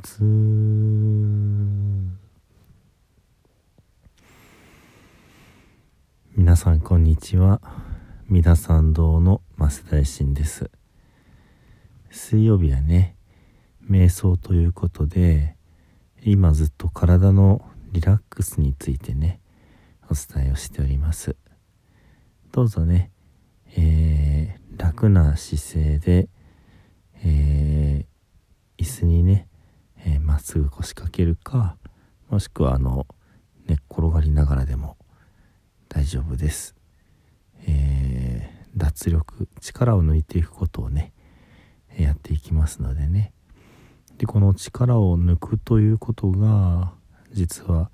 つ。皆さんこんにちは。三田参道の増大臣です。水曜日はね、瞑想ということで、今ずっと体のリラックスについてね、お伝えをしております。どうぞね、楽な姿勢で、椅子にね、まっすぐ腰掛けるか、もしくは寝っ転がりながらでも大丈夫です。脱力、力を抜いていくことをね、やっていきますのでね。で、この力を抜くということが実は、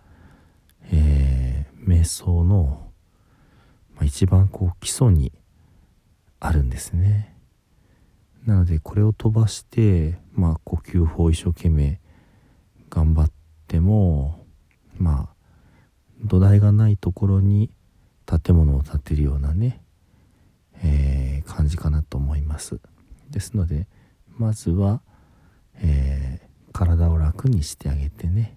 瞑想の、一番基礎にあるんですね。なのでこれを飛ばして、呼吸法を一生懸命頑張っても、土台がないところに建物を建てるようなね、感じかなと思います。ですのでまずは、体を楽にしてあげてね、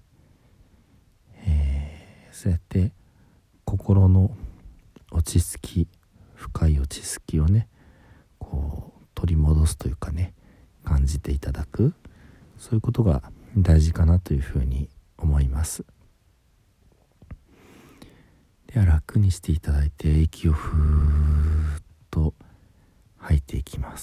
そうやって心の落ち着き、深い落ち着きをね、取り戻すというかね、感じていただく、そういうことが大事かなというふうに思います。では楽にしていただいて、息をふーっと吐いていきます。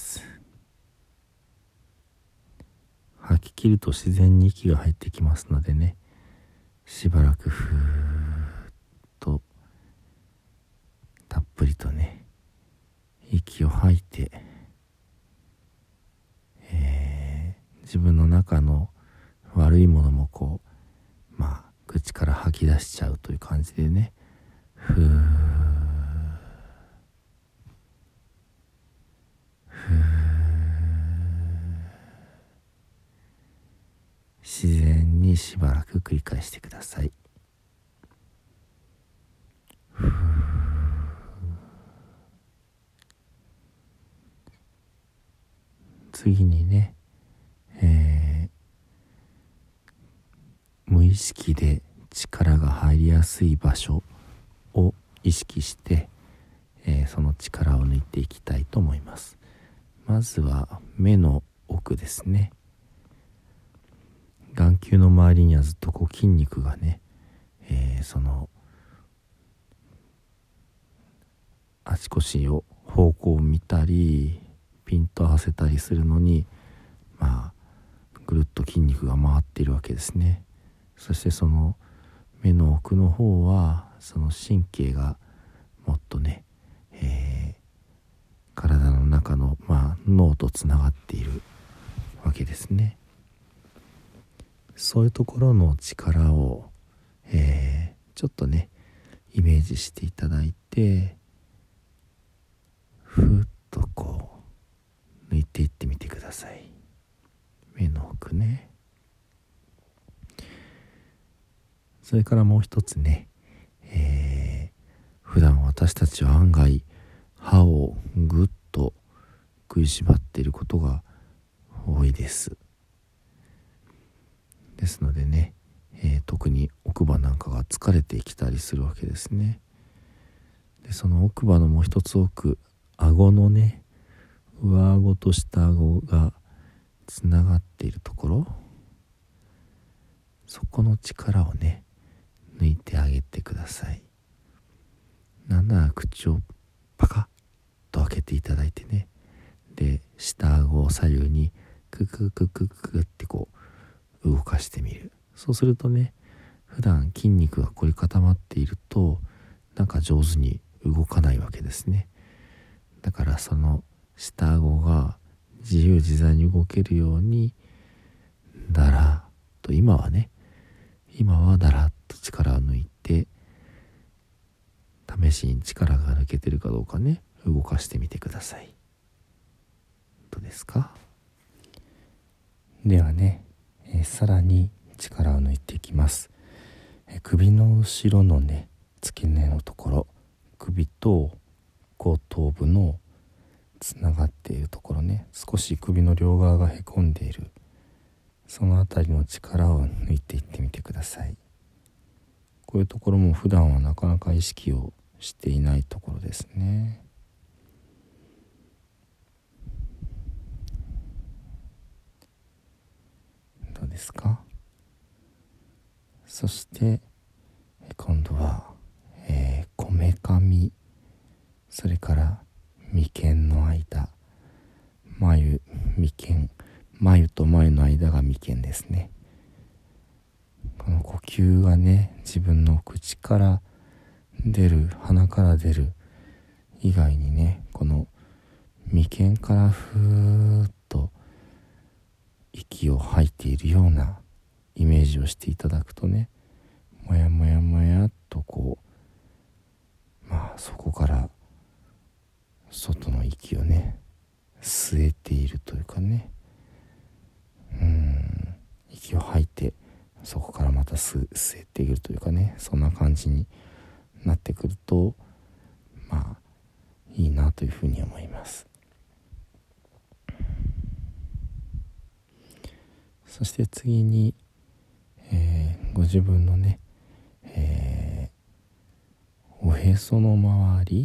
吐き切ると自然に息が入ってきますのでね、しばらくふーっとたっぷりとね、息を吐いて、自分の中の悪いものも口から吐き出しちゃうという感じでね、ふーふー、自然にしばらく繰り返してください。ふー、次にね、無意識で力が入りやすい場所を意識して、その力を抜いていきたいと思います。まずは目の奥ですね。眼球の周りにはずっと筋肉がね、そのあちこちを方向を見たりピント合わせたりするのに、ぐるっと筋肉が回っているわけですね。そしてその目の奥の方はその神経がもっとね、体の中の、脳とつながっているわけですね。そういうところの力を、ちょっとねイメージしていただいて、ふっと抜いていってみてください。目の奥ね。それからもう一つね、普段私たちは案外歯をぐっと食いしばっていることが多いです。ですのでね、特に奥歯なんかが疲れてきたりするわけですね。でその奥歯のもう一つ奥、顎のね、上顎と下顎がつながっているところ、そこの力をね抜いてあげてください。なんなら口をパカッと開けていただいてね、で下顎を左右にクククククって動かしてみる。そうするとね、普段筋肉が凝り固まっていると上手に動かないわけですね。だからその下顎が自由自在に動けるように、だらっと、今はだらっと力を抜いて、試しに力が抜けてるかどうかね、動かしてみてください。どうですか？ではね、さらに力を抜いていきます。首の後ろのね、付け根のところ、首と後頭部のつながっているところね、少し首の両側がへこんでいる、 そのあたりの力を抜いていってみてください。こういうところも普段はなかなか意識をしていないところですね。どうですか？そして今度は、こめかみ、それから眉間の間、眉と眉の間が眉間ですね。この呼吸がね、自分の口から出る、鼻から出る以外にね、この眉間からふーっと息を吐いているようなイメージをしていただくとね、もやもやもやっとこう、そこから外の息をね吸えているというかね、息を吐いてそこからまた吸えているというかね、そんな感じになってくるといいなというふうに思います。そして次に、ご自分のね、おへその周り、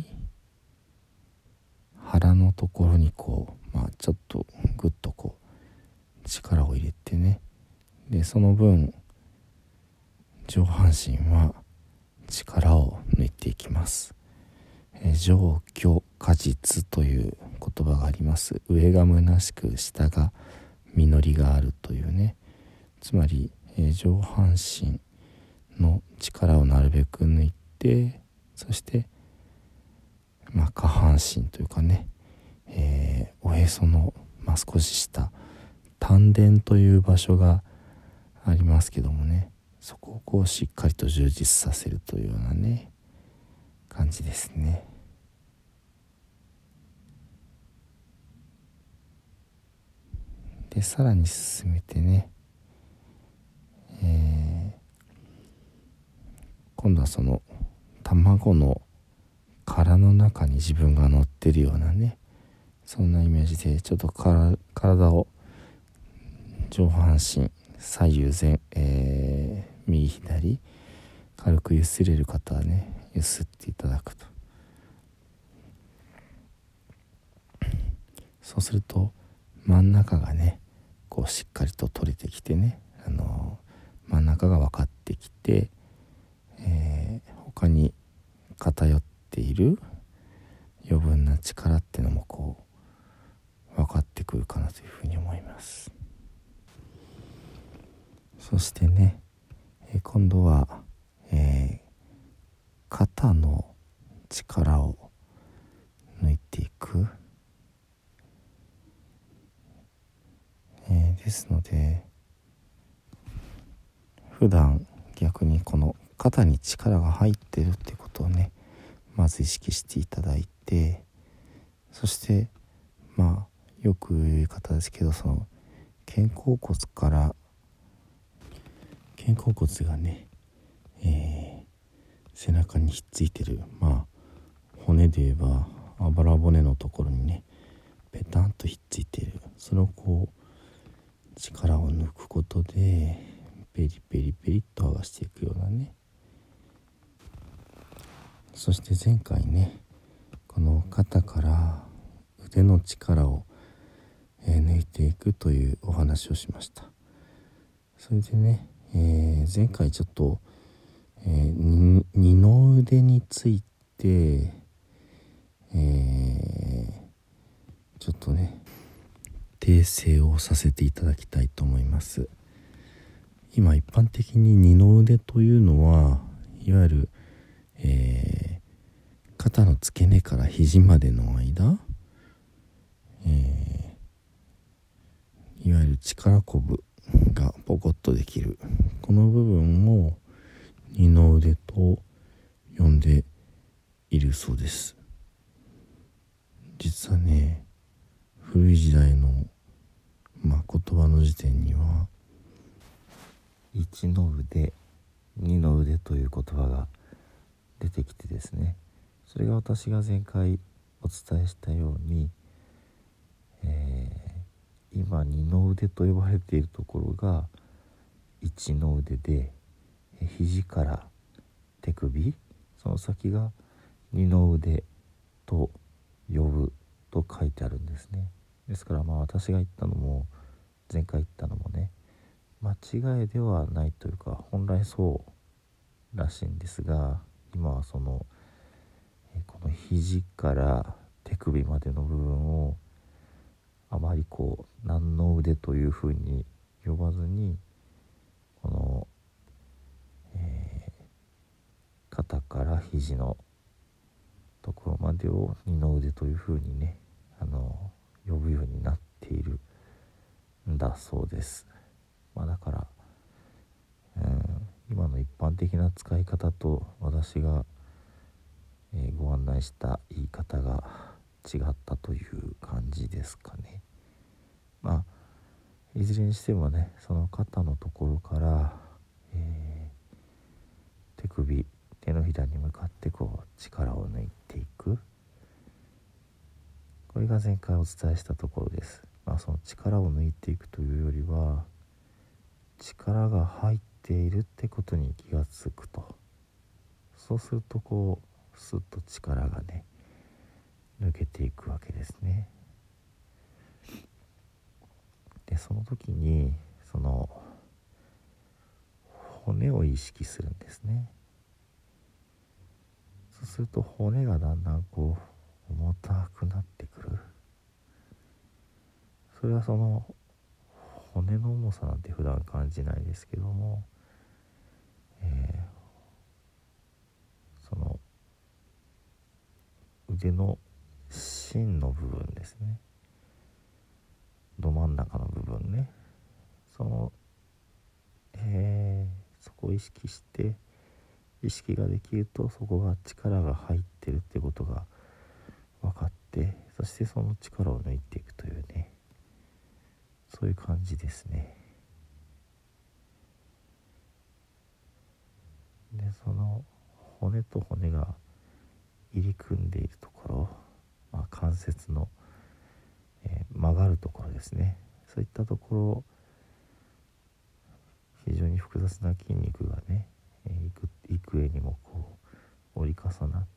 腹のところにこう、ちょっとグッとこう力を入れてね、でその分上半身は力を抜いていきます。上虚下実という言葉があります。上が虚しく下が実りがあるというね、つまり、上半身の力をなるべく抜いて、そして下半身というかね、おへその、少し下、丹田という場所がありますけどもね、そこをこうしっかりと充実させるというようなね感じですね。でさらに進めてね、今度はその卵の殻の中に自分が乗ってるようなね、そんなイメージでちょっと体を上半身左右右左軽く揺すれる方はね、揺すっていただくと、そうすると真ん中がねこうしっかりと取れてきてね、真ん中が分かってきて、他に偏っている余分な力っていうのもこう分かってくるかなというふうに思います。そしてね、今度は、肩の力を抜いていく、ですので普段逆にこの肩に力が入ってるってことをねまず意識していただいて、そしてよく言う言い方ですけど、その肩甲骨がね、背中にひっついてる、骨で言えばあばら骨のところにねペタンとひっついている、それをこう力を抜くことでペリペリペリっと剥がしていくようなね。そして前回ね、この肩から腕の力を、抜いていくというお話をしました。それでね、前回ちょっと、二の腕について、ちょっとね訂正をさせていただきたいと思います。今一般的に二の腕というのはいわゆる、肩の付け根から肘までの間、いわゆる力こぶがポコッとできるこの部分を二の腕と呼んでいるそうです。実はね、古い時代の、言葉の時点には一の腕二の腕という言葉が出てきてですね、それが私が前回お伝えしたように、 今二の腕と呼ばれているところが一の腕で、肘から手首、その先が二の腕と呼ぶと書いてあるんですね。ですから私が言ったのも前回言ったのもね、間違いではないというか本来そうらしいんですが、今はこの肘から手首までの部分をあまり何の腕というふうに呼ばずに、この、肩から肘のところまでを二の腕というふうにね、呼ぶようになっているんだそうです。だから、今の一般的な使い方と私が、ご案内した言い方が違ったという感じですかね。いずれにしてもね、その肩のところから、手のひらに向かって力を抜いていく、これが前回お伝えしたところです。その力を抜いていくというよりは、力が入っているってことに気がつくと、そうするとスッと力がね抜けていくわけですね。でその時にその骨を意識するんですね。そうすると骨がだんだん重たくなってくる。それはその骨の重さなんて普段感じないですけども、その腕の芯の部分ですね、ど真ん中の部分ね、その、そこを意識して意識ができると、そこが力が入ってるってことが分かって、そしてその力を抜いていくというね、そういう感じですね。でその骨と骨が入り組んでいるところ、関節の、曲がるところですね、そういったところ、非常に複雑な筋肉がね、幾重にも折り重なって、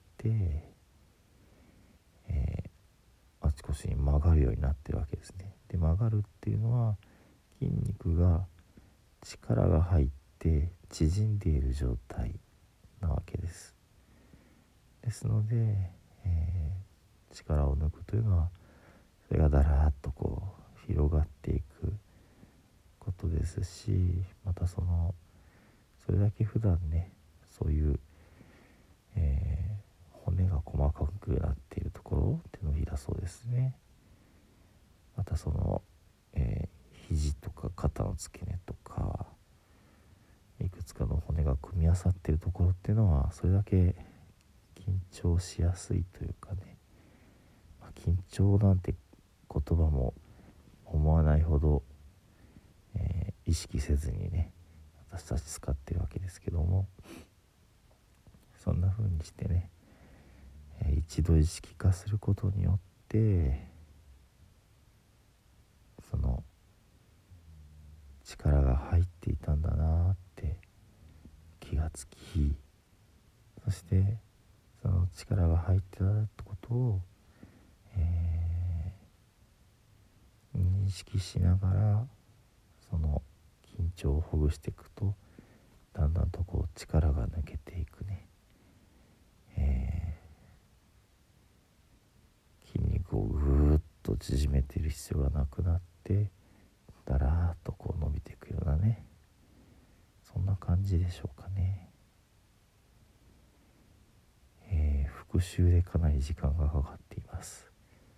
あちこちに曲がるようになってるわけですね。で曲がるっていうのは、筋肉が力が入って縮んでいる状態なわけです。ので、力を抜くというのは、それがだらーっと広がっていくことですし、またそれだけ普段ね、そういう、骨が細かくなっているところ、手のひらそうですね、また肘とか肩の付け根とか、いくつかの骨が組み合わさっているところっていうのは、それだけ緊張しやすいというかね、緊張なんて言葉も思わないほど、意識せずにね、私たち使ってるわけですけども、そんな風にしてね、一度意識化することによって、その力が入っていたんだなって気がつき、そしてその力が入ってたってことを、認識しながら、その緊張をほぐしていくと、だんだんと力が抜けていくね、筋肉をぐーっと縮めている必要がなくなって、だらーっと伸びていくようなね、そんな感じでしょうかね。復習でかなり時間がかかっています。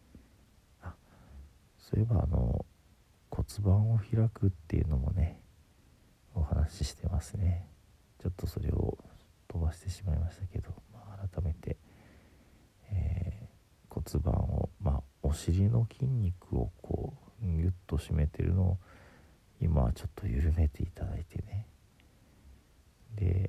そういえば骨盤を開くっていうのもね、お話ししてますね。ちょっとそれを飛ばしてしまいましたけど、改めて、骨盤を、お尻の筋肉をギュッと締めてるのを今はちょっと緩めていただいてね、で、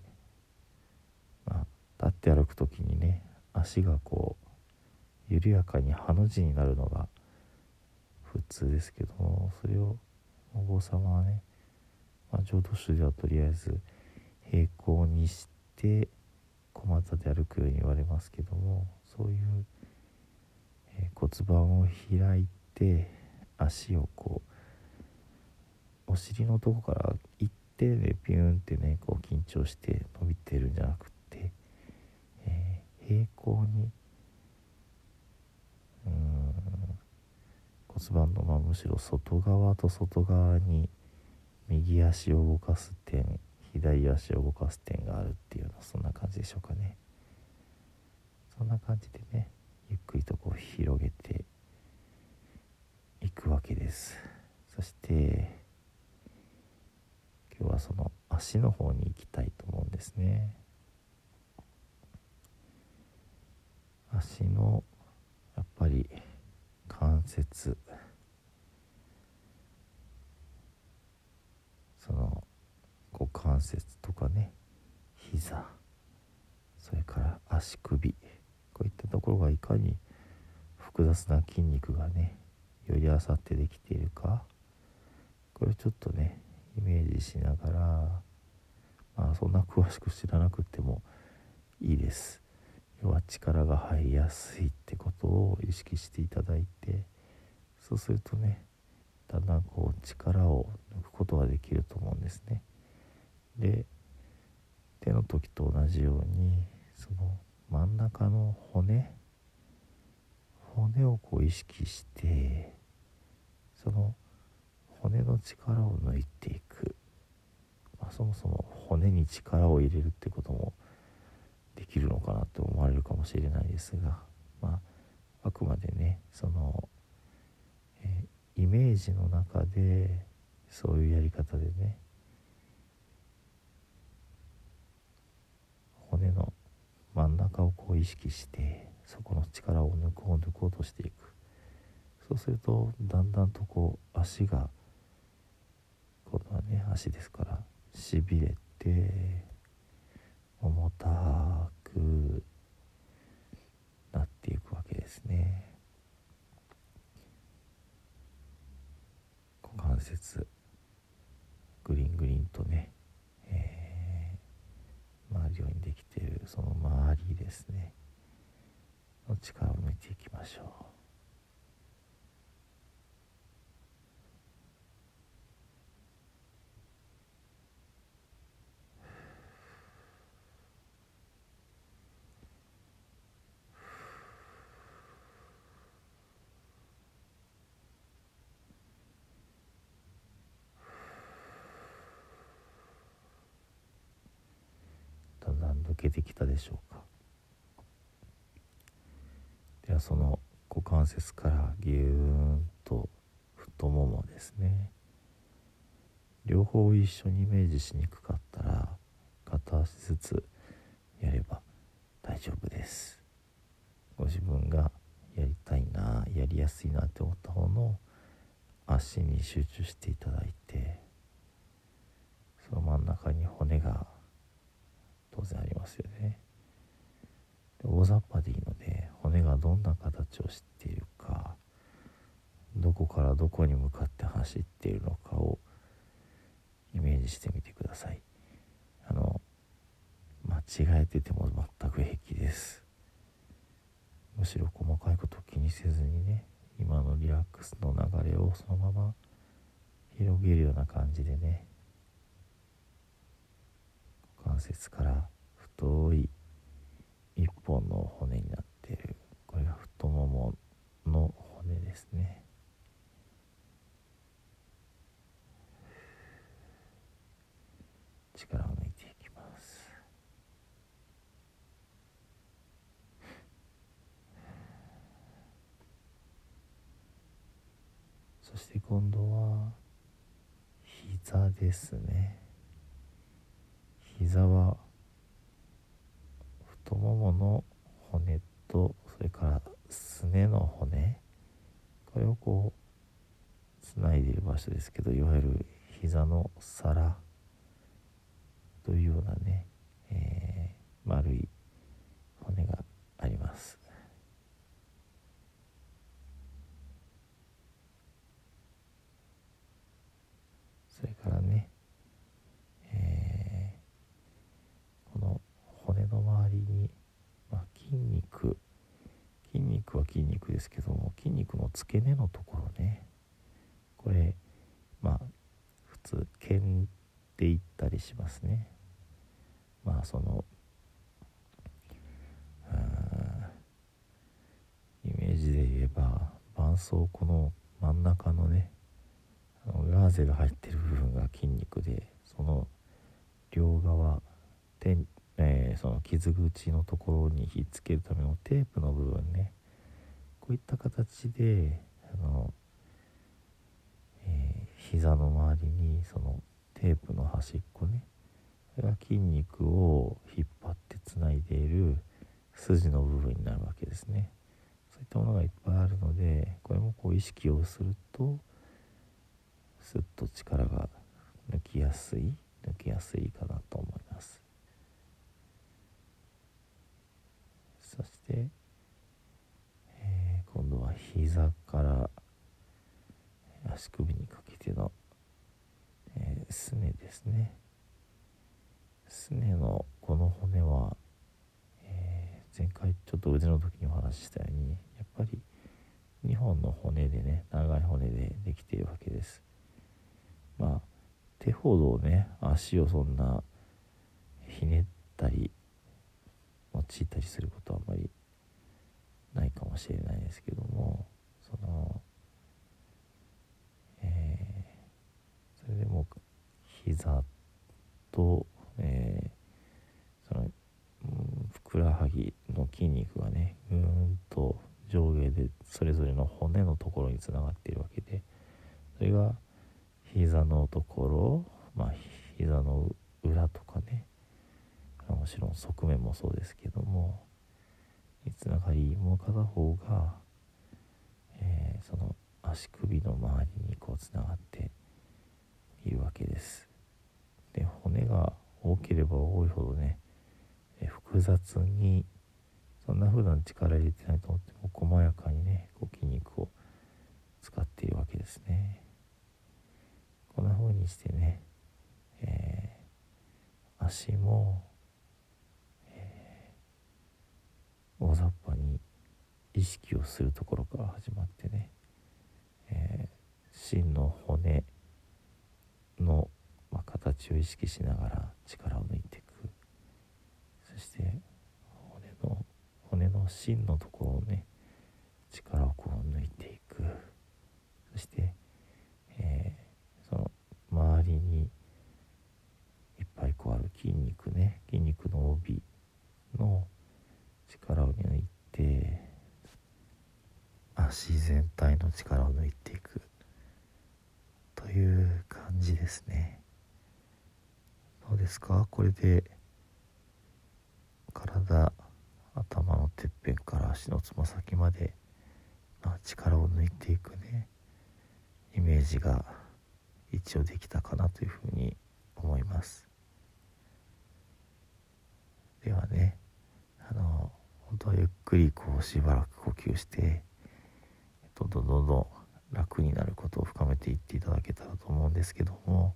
立って歩くときにね、足が緩やかにハの字になるのが普通ですけども、それをお坊様はね、浄土宗ではとりあえず平行にして小股で歩くように言われますけども、そういう、骨盤を開いて足をこうお尻のとこから一定でピューンってねこう緊張して伸びてるんじゃなくて、平行に骨盤のむしろ外側と外側に右足を動かす点、左足を動かす点があるっていうのはそんな感じでしょうかね。そんな感じでね、ゆっくりとこう広げていくわけです。そして今日はその足の方に行きたいと思うんですね。足のやっぱり関節、その股関節とかね、膝、それから足首、こういったところがいかに複雑な筋肉がねよりあさってできているか、これをちょっとねイメージしながら、そんな詳しく知らなくてもいいです。要は力が入りやすいってことを意識していただいて、そうするとねだんだんこう力を抜くことができると思うんですね。で、手の時と同じようにその真ん中の骨をこう意識して、その骨の力を抜いていく、そもそも骨に力を入れるってこともできるのかなと思われるかもしれないですが、あくまでねその、イメージの中でそういうやり方でね、骨の真ん中をこう意識してそこの力を抜こうとしていく。そうするとだんだんとこう足が、今度はね足ですからしびれて重たくなっていくわけですね。股関節グリングリンとね、回るようにできているその周りですねの力を抜いていきましょう。だんだん抜けてきたでしょうか。ではその股関節からギューンと太ももですね、両方一緒にイメージしにくかったら片足ずつやれば大丈夫です。ご自分がやりたいな、やりやすいなって思った方の足に集中していただいて、その真ん中に骨が当然ありますよね。で大雑把でいいので骨がどんな形をしているか、どこからどこに向かって走っているのかをイメージしてみてください。間違えてても全く平気です。むしろ細かいことを気にせずにね、今のリラックスの流れをそのまま広げるような感じでね、股関節から太い一本の骨になっている、これが太ももの骨ですね。力を抜いていきます。そして今度は膝ですね。膝は太ももの骨とそれからすねの骨、これをこうつないでいる場所ですけど、いわゆる膝の皿というようなね、丸い骨があります。 ですけども、筋肉の付け根のところね、これ普通剣って言ったりしますね。そのイメージで言えば、絆創膏の真ん中のね、ガーゼが入ってる部分が筋肉で、その両側その傷口のところにひっつけるためのテープの部分ね、こういった形で膝の周りにそのテープの端っこね、これが筋肉を引っ張ってつないでいる筋の部分になるわけですね。そういったものがいっぱいあるので、これもこう意識をするとスッと力が抜きやすいかなと思います。そして、今度は膝から足首にかけての、すねですね。すねのこの骨は、前回ちょっと腕の時にお話ししたように、やっぱり2本の骨でね、長い骨でできているわけです。手ほどね、足をそんなひねったり用いたりすることはあまりないかもしれないですけども、それでも膝と、そのふくらはぎの筋肉がね、ぐーんと上下でそれぞれの骨のところにつながっているわけで、それが膝のところ、膝の裏とかね、もちろん側面もそうですけどもにつながり、もう片方が、その足首の周りにこうつながっているわけです。で、骨が多ければ多いほどね、複雑に、そんな普段力入れてないと思っても細やかにね、こう筋肉を使っているわけですね。こんな風にしてね、足も、大雑把に意識をするところから始まってね、芯の骨の、形を意識しながら力を抜いていく。そして骨の芯のところをね、力をこう抜いていく。そして、その周りにいっぱいこうある筋肉の帯の力を抜いて、足全体の力を抜いていくという感じですね。どうですか？これで体、頭のてっぺんから足のつま先まで力を抜いていくね、イメージが一応できたかなというふうに思います。ではね、本当はゆっくりこうしばらく呼吸して、どんどん楽になることを深めていっていただけたらと思うんですけども、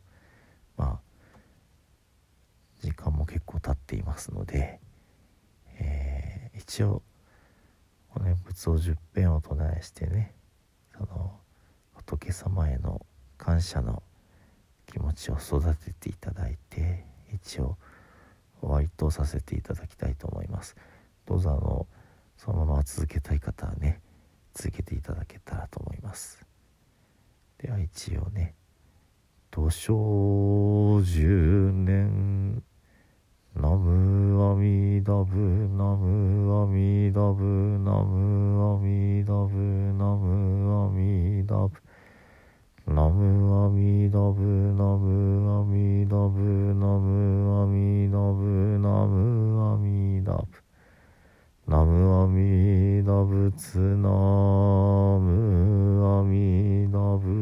時間も結構経っていますので、一応お念仏を10遍お唱えしてね、その仏様への感謝の気持ちを育てていただいて、一応終わりとさせていただきたいと思います。どうぞそのまま続けたい方はね、続けていただけたらと思います。では一応ね、土生十年ナムアミダブナムアミダブナムアミダブナムアミダブナムアミダブナムアミダブナムアミダブナムアミダブナムアミダブツナムアミダブ